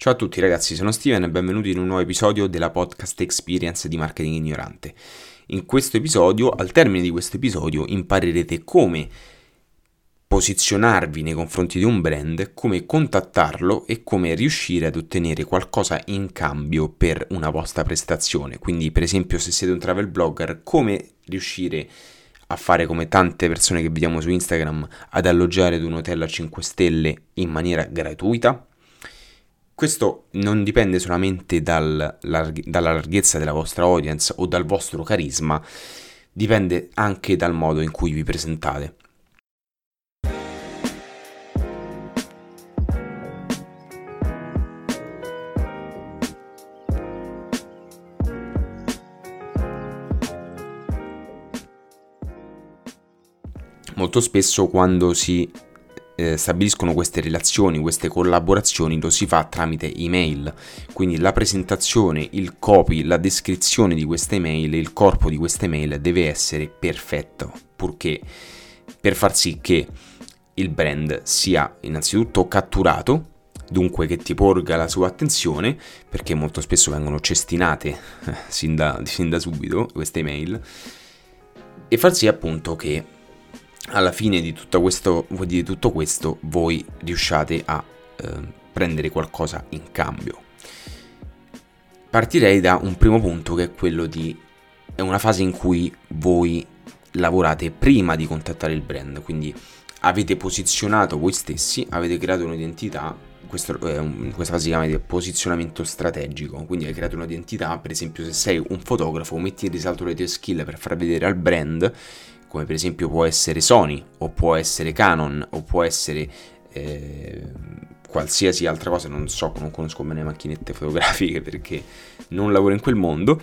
Ciao a tutti ragazzi, sono Steven e benvenuti in un nuovo episodio della podcast Experience di Marketing Ignorante. In questo episodio, al termine di questo episodio, imparerete come posizionarvi nei confronti di un brand, come contattarlo e come riuscire ad ottenere qualcosa in cambio per una vostra prestazione. Quindi, per esempio, se siete un travel blogger, come riuscire a fare come tante persone che vediamo su Instagram, ad alloggiare ad un hotel a 5 stelle in maniera gratuita. Questo non dipende solamente dalla larghezza della vostra audience o dal vostro carisma, dipende anche dal modo in cui vi presentate. Molto spesso quando si stabiliscono queste relazioni, queste collaborazioni, lo si fa tramite email, quindi la presentazione, il copy, la descrizione di queste email, il corpo di queste email deve essere perfetto, purché per far sì che il brand sia innanzitutto catturato, dunque che ti porga la sua attenzione, perché molto spesso vengono cestinate sin da subito queste email, e far sì appunto che alla fine di tutto questo voi riusciate a prendere qualcosa in cambio. Partirei da un primo punto che è una fase in cui voi lavorate prima di contattare il brand, quindi avete posizionato voi stessi, avete creato un'identità. Questa fase si chiama di posizionamento strategico, quindi hai creato un'identità. Per esempio, se sei un fotografo, metti in risalto le tue skill per far vedere al brand, come per esempio può essere Sony, o può essere Canon, o può essere qualsiasi altra cosa. Non conosco bene le macchinette fotografiche perché non lavoro in quel mondo,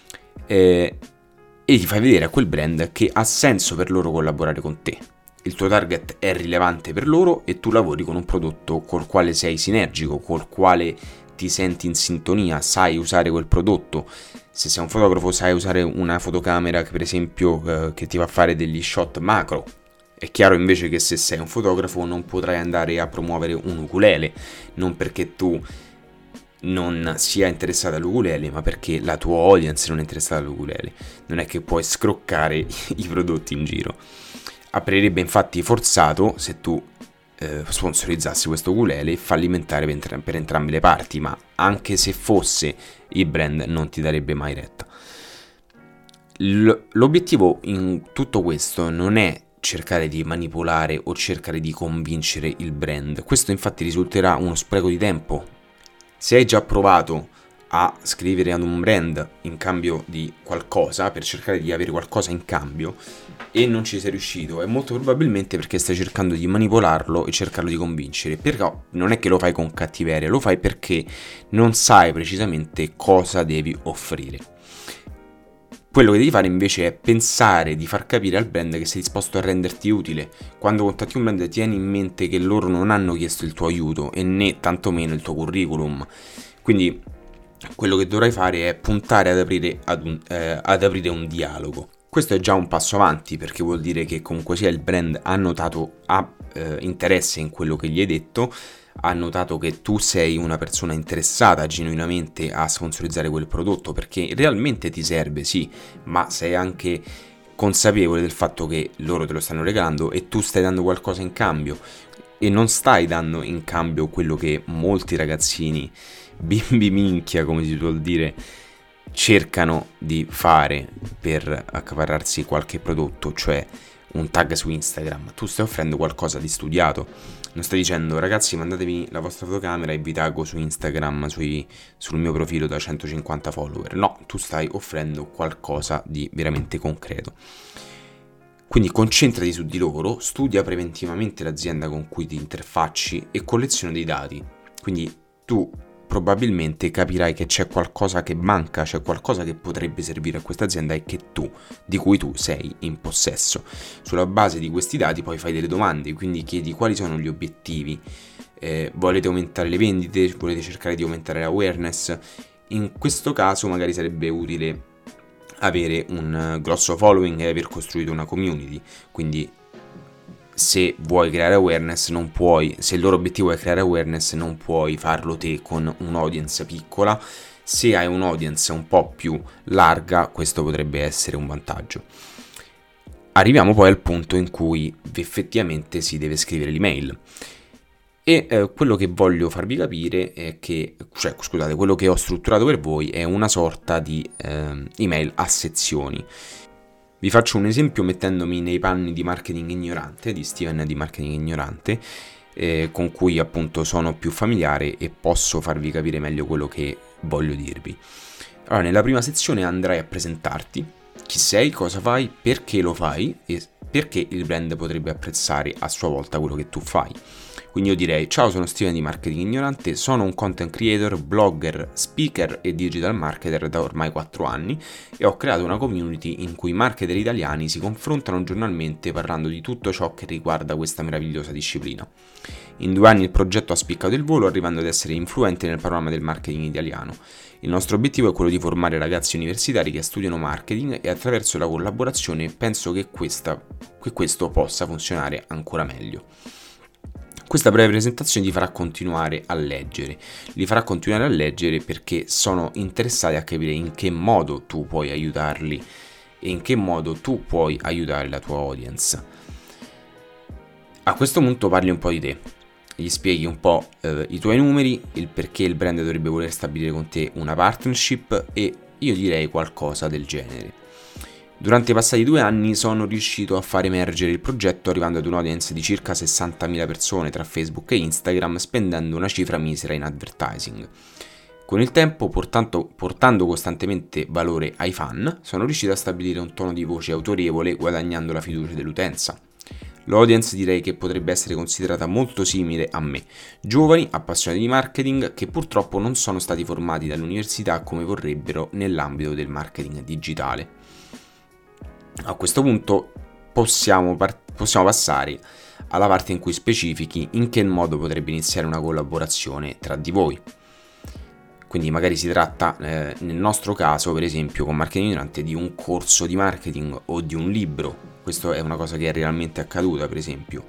e ti fai vedere a quel brand che ha senso per loro collaborare con te. Il tuo target è rilevante per loro e tu lavori con un prodotto col quale sei sinergico, col quale ti senti in sintonia, sai usare quel prodotto. Se sei un fotografo sai usare una fotocamera che per esempio che ti fa fare degli shot macro. È chiaro invece che se sei un fotografo non potrai andare a promuovere un ukulele, non perché tu non sia interessata all'ukulele, ma perché la tua audience non è interessata all'ukulele. Non è che puoi scroccare i prodotti in giro. Apparirebbe infatti forzato se tu sponsorizzassi questo ukulele fallimentare per entrambe le parti, ma anche se fosse, il brand non ti darebbe mai retta. L'obiettivo in tutto questo non è cercare di manipolare o cercare di convincere il brand. Questo infatti risulterà uno spreco di tempo. Se hai già provato a scrivere ad un brand in cambio di qualcosa, per cercare di avere qualcosa in cambio, e non ci sei riuscito, è molto probabilmente perché stai cercando di manipolarlo e cercarlo di convincere. Però non è che lo fai con cattiveria, lo fai perché non sai precisamente cosa devi offrire. Quello che devi fare invece è pensare di far capire al brand che sei disposto a renderti utile. Quando contatti un brand tieni in mente che loro non hanno chiesto il tuo aiuto e né tantomeno il tuo curriculum. Quindi quello che dovrai fare è puntare ad aprire un dialogo. Questo è già un passo avanti, perché vuol dire che comunque sia il brand ha interesse in quello che gli hai detto, ha notato che tu sei una persona interessata genuinamente a sponsorizzare quel prodotto, perché realmente ti serve, sì, ma sei anche consapevole del fatto che loro te lo stanno regalando e tu stai dando qualcosa in cambio, e non stai dando in cambio quello che molti ragazzini, bimbi minchia come si suol dire, cercano di fare per accaparrarsi qualche prodotto, cioè un tag su Instagram. Tu stai offrendo qualcosa di studiato, non stai dicendo ragazzi mandatevi la vostra fotocamera e vi taggo su Instagram sul mio profilo da 150 follower. No, tu stai offrendo qualcosa di veramente concreto. Quindi concentrati su di loro, studia preventivamente l'azienda con cui ti interfacci e colleziona dei dati. Quindi tu probabilmente capirai che c'è qualcosa che manca, c'è qualcosa che potrebbe servire a questa azienda e di cui tu sei in possesso. Sulla base di questi dati poi fai delle domande, quindi chiedi quali sono gli obiettivi, volete aumentare le vendite, volete cercare di aumentare l'awareness. In questo caso magari sarebbe utile avere un grosso following e aver costruito una community, quindi se vuoi creare awareness non puoi, se il loro obiettivo è creare awareness non puoi farlo te con un'audience piccola. Se hai un'audience un po' più larga, questo potrebbe essere un vantaggio. Arriviamo poi al punto in cui effettivamente si deve scrivere l'email. E quello che voglio farvi capire è che, quello che ho strutturato per voi è una sorta di email a sezioni. Vi faccio un esempio mettendomi nei panni di marketing ignorante, di Steven di marketing ignorante, con cui appunto sono più familiare e posso farvi capire meglio quello che voglio dirvi. Allora, nella prima sezione andrai a presentarti, chi sei, cosa fai, perché lo fai e perché il brand potrebbe apprezzare a sua volta quello che tu fai. Quindi io direi: ciao, sono Steven di Marketing Ignorante, sono un content creator, blogger, speaker e digital marketer da ormai 4 anni e ho creato una community in cui marketer italiani si confrontano giornalmente parlando di tutto ciò che riguarda questa meravigliosa disciplina. In 2 anni il progetto ha spiccato il volo, arrivando ad essere influente nel panorama del marketing italiano. Il nostro obiettivo è quello di formare ragazzi universitari che studiano marketing e attraverso la collaborazione penso che questo possa funzionare ancora meglio. Questa breve presentazione ti farà continuare a leggere. Li farà continuare a leggere perché sono interessati a capire in che modo tu puoi aiutarli e in che modo tu puoi aiutare la tua audience. A questo punto parli un po' di te. Gli spieghi un po' i tuoi numeri, il perché il brand dovrebbe voler stabilire con te una partnership e io direi qualcosa del genere. Durante i passati 2 anni sono riuscito a far emergere il progetto arrivando ad un'audience di circa 60.000 persone tra Facebook e Instagram, spendendo una cifra misera in advertising. Con il tempo, portando costantemente valore ai fan, sono riuscito a stabilire un tono di voce autorevole, guadagnando la fiducia dell'utenza. L'audience direi che potrebbe essere considerata molto simile a me, giovani, appassionati di marketing che purtroppo non sono stati formati dall'università come vorrebbero nell'ambito del marketing digitale. A questo punto possiamo passare alla parte in cui specifichi in che modo potrebbe iniziare una collaborazione tra di voi. Quindi magari si tratta, nel nostro caso per esempio con Marketing Ignorante, di un corso di marketing o di un libro. Questo è una cosa che è realmente accaduta, per esempio.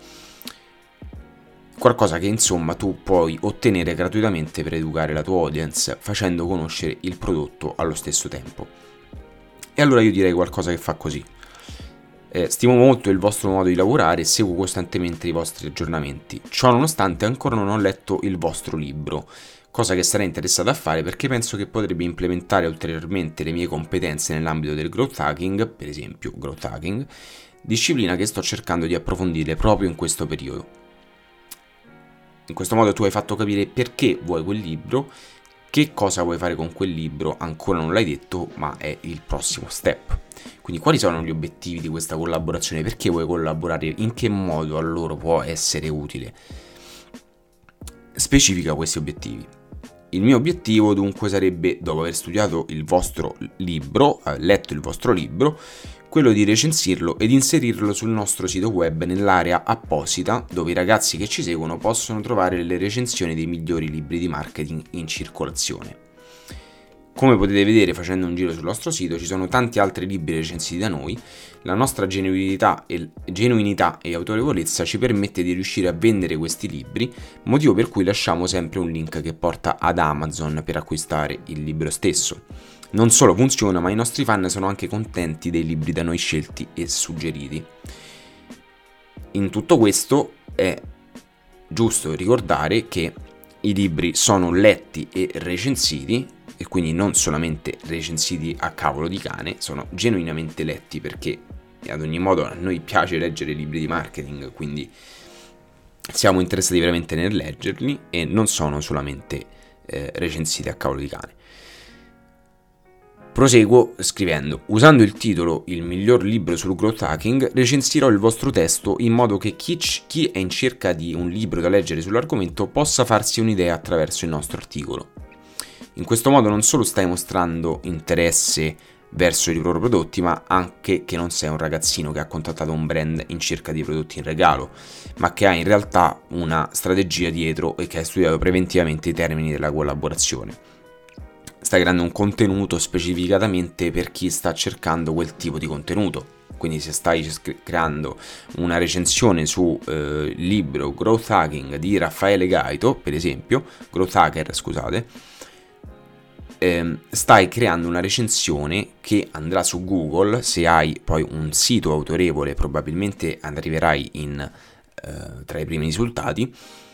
Qualcosa che insomma tu puoi ottenere gratuitamente per educare la tua audience facendo conoscere il prodotto allo stesso tempo. E allora io direi qualcosa che fa così. Stimo molto il vostro modo di lavorare e seguo costantemente i vostri aggiornamenti. Ciò nonostante ancora non ho letto il vostro libro, cosa che sarei interessato a fare perché penso che potrebbe implementare ulteriormente le mie competenze nell'ambito del growth hacking, per esempio growth hacking, disciplina che sto cercando di approfondire proprio in questo periodo. In questo modo tu hai fatto capire perché vuoi quel libro, che cosa vuoi fare con quel libro, ancora non l'hai detto, ma è il prossimo step. Quindi quali sono gli obiettivi di questa collaborazione? Perché vuoi collaborare? In che modo a loro può essere utile? Specifica questi obiettivi. Il mio obiettivo dunque sarebbe, dopo aver studiato il vostro libro, letto il vostro libro, quello di recensirlo ed inserirlo sul nostro sito web nell'area apposita dove i ragazzi che ci seguono possono trovare le recensioni dei migliori libri di marketing in circolazione. Come potete vedere facendo un giro sul nostro sito ci sono tanti altri libri recensiti da noi, la nostra genuinità e autorevolezza ci permette di riuscire a vendere questi libri, motivo per cui lasciamo sempre un link che porta ad Amazon per acquistare il libro stesso. Non solo funziona, ma i nostri fan sono anche contenti dei libri da noi scelti e suggeriti. In tutto questo è giusto ricordare che i libri sono letti e recensiti, e quindi non solamente recensiti a cavolo di cane, sono genuinamente letti perché ad ogni modo a noi piace leggere libri di marketing, quindi siamo interessati veramente nel leggerli e non sono solamente recensiti a cavolo di cane. Proseguo scrivendo: usando il titolo "Il miglior libro sul growth hacking", recensirò il vostro testo in modo che chi è in cerca di un libro da leggere sull'argomento possa farsi un'idea attraverso il nostro articolo. In questo modo non solo stai mostrando interesse verso i loro prodotti, ma anche che non sei un ragazzino che ha contattato un brand in cerca di prodotti in regalo, ma che ha in realtà una strategia dietro e che hai studiato preventivamente i termini della collaborazione. Stai creando un contenuto specificatamente per chi sta cercando quel tipo di contenuto. quindi se stai creando una recensione su il libro Growth Hacking di Raffaele Gaito, per esempio, Growth Hacker, scusate, stai creando una recensione che andrà su Google. Se hai poi un sito autorevole, probabilmente arriverai tra i primi risultati,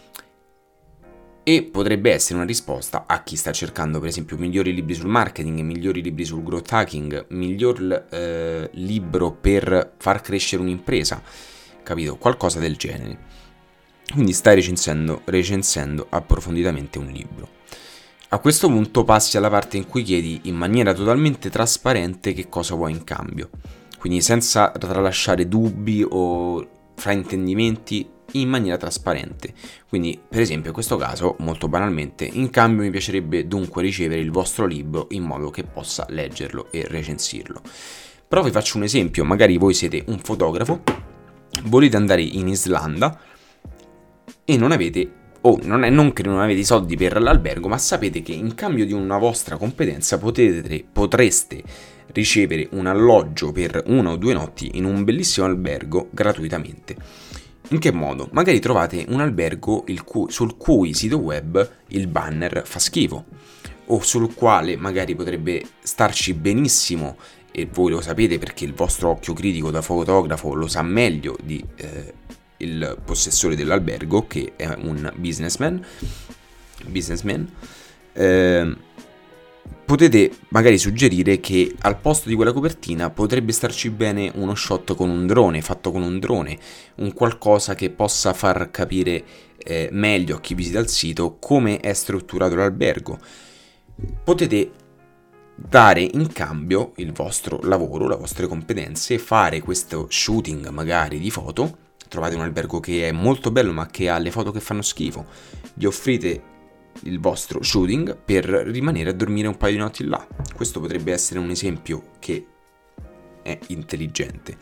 e potrebbe essere una risposta a chi sta cercando, per esempio, migliori libri sul marketing, migliori libri sul growth hacking, miglior libro per far crescere un'impresa, capito? Qualcosa del genere. Quindi stai recensendo approfonditamente un libro. A questo punto passi alla parte in cui chiedi in maniera totalmente trasparente che cosa vuoi in cambio, quindi senza tralasciare dubbi o fraintendimenti, in maniera trasparente. Quindi, per esempio, in questo caso, molto banalmente, in cambio mi piacerebbe dunque ricevere il vostro libro in modo che possa leggerlo e recensirlo. Però vi faccio un esempio: magari voi siete un fotografo, volete andare in Islanda e non avete, non che non avete i soldi per l'albergo, ma sapete che in cambio di una vostra competenza potreste ricevere un alloggio per 1 o 2 notti in un bellissimo albergo gratuitamente. In che modo? Magari trovate un albergo sul cui sito web il banner fa schifo, o sul quale magari potrebbe starci benissimo, e voi lo sapete perché il vostro occhio critico da fotografo lo sa meglio di il possessore dell'albergo, che è un businessman. Potete magari suggerire che al posto di quella copertina potrebbe starci bene uno shot con un drone, fatto con un drone, un qualcosa che possa far capire meglio a chi visita il sito come è strutturato l'albergo. Potete dare in cambio il vostro lavoro, le vostre competenze, fare questo shooting magari di foto. Trovate un albergo che è molto bello ma che ha le foto che fanno schifo, gli offrite il vostro shooting per rimanere a dormire un paio di notti là. Questo potrebbe essere un esempio che è intelligente.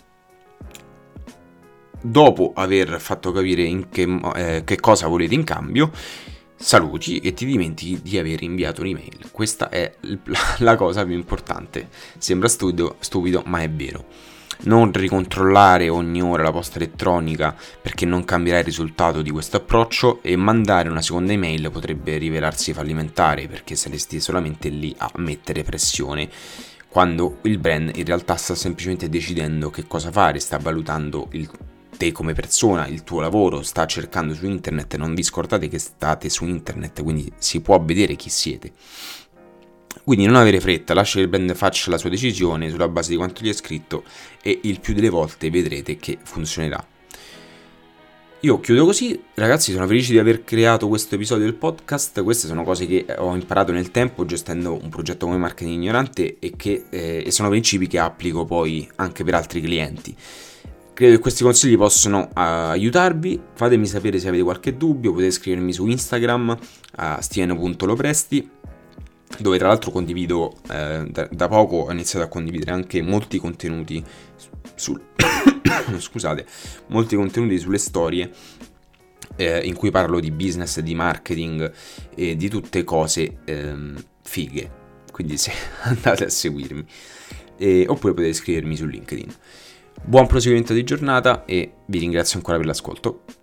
Dopo aver fatto capire che cosa volete in cambio, saluti e ti dimentichi di aver inviato un'email. Questa è la cosa più importante. Sembra stupido, ma è vero. Non ricontrollare ogni ora la posta elettronica, perché non cambierà il risultato di questo approccio, e mandare una seconda email potrebbe rivelarsi fallimentare, perché saresti solamente lì a mettere pressione, quando il brand in realtà sta semplicemente decidendo che cosa fare, sta valutando te come persona, il tuo lavoro, sta cercando su internet. Non vi scordate che state su internet, quindi si può vedere chi siete. Quindi non avere fretta, lascia che il brand faccia la sua decisione sulla base di quanto gli è scritto, e il più delle volte vedrete che funzionerà. Io chiudo così, ragazzi. Sono felice di aver creato questo episodio del podcast. Queste sono cose che ho imparato nel tempo gestendo un progetto come Marketing Ignorante, e sono principi che applico poi anche per altri clienti. Credo che questi consigli possano aiutarvi. Fatemi sapere se avete qualche dubbio, potete scrivermi su Instagram a stieno.lopresti, dove tra l'altro condivido, da poco ho iniziato a condividere anche molti contenuti molti contenuti sulle storie, in cui parlo di business, di marketing e di tutte cose fighe. Quindi se andate a seguirmi, oppure potete scrivermi su LinkedIn. Buon proseguimento di giornata e vi ringrazio ancora per l'ascolto.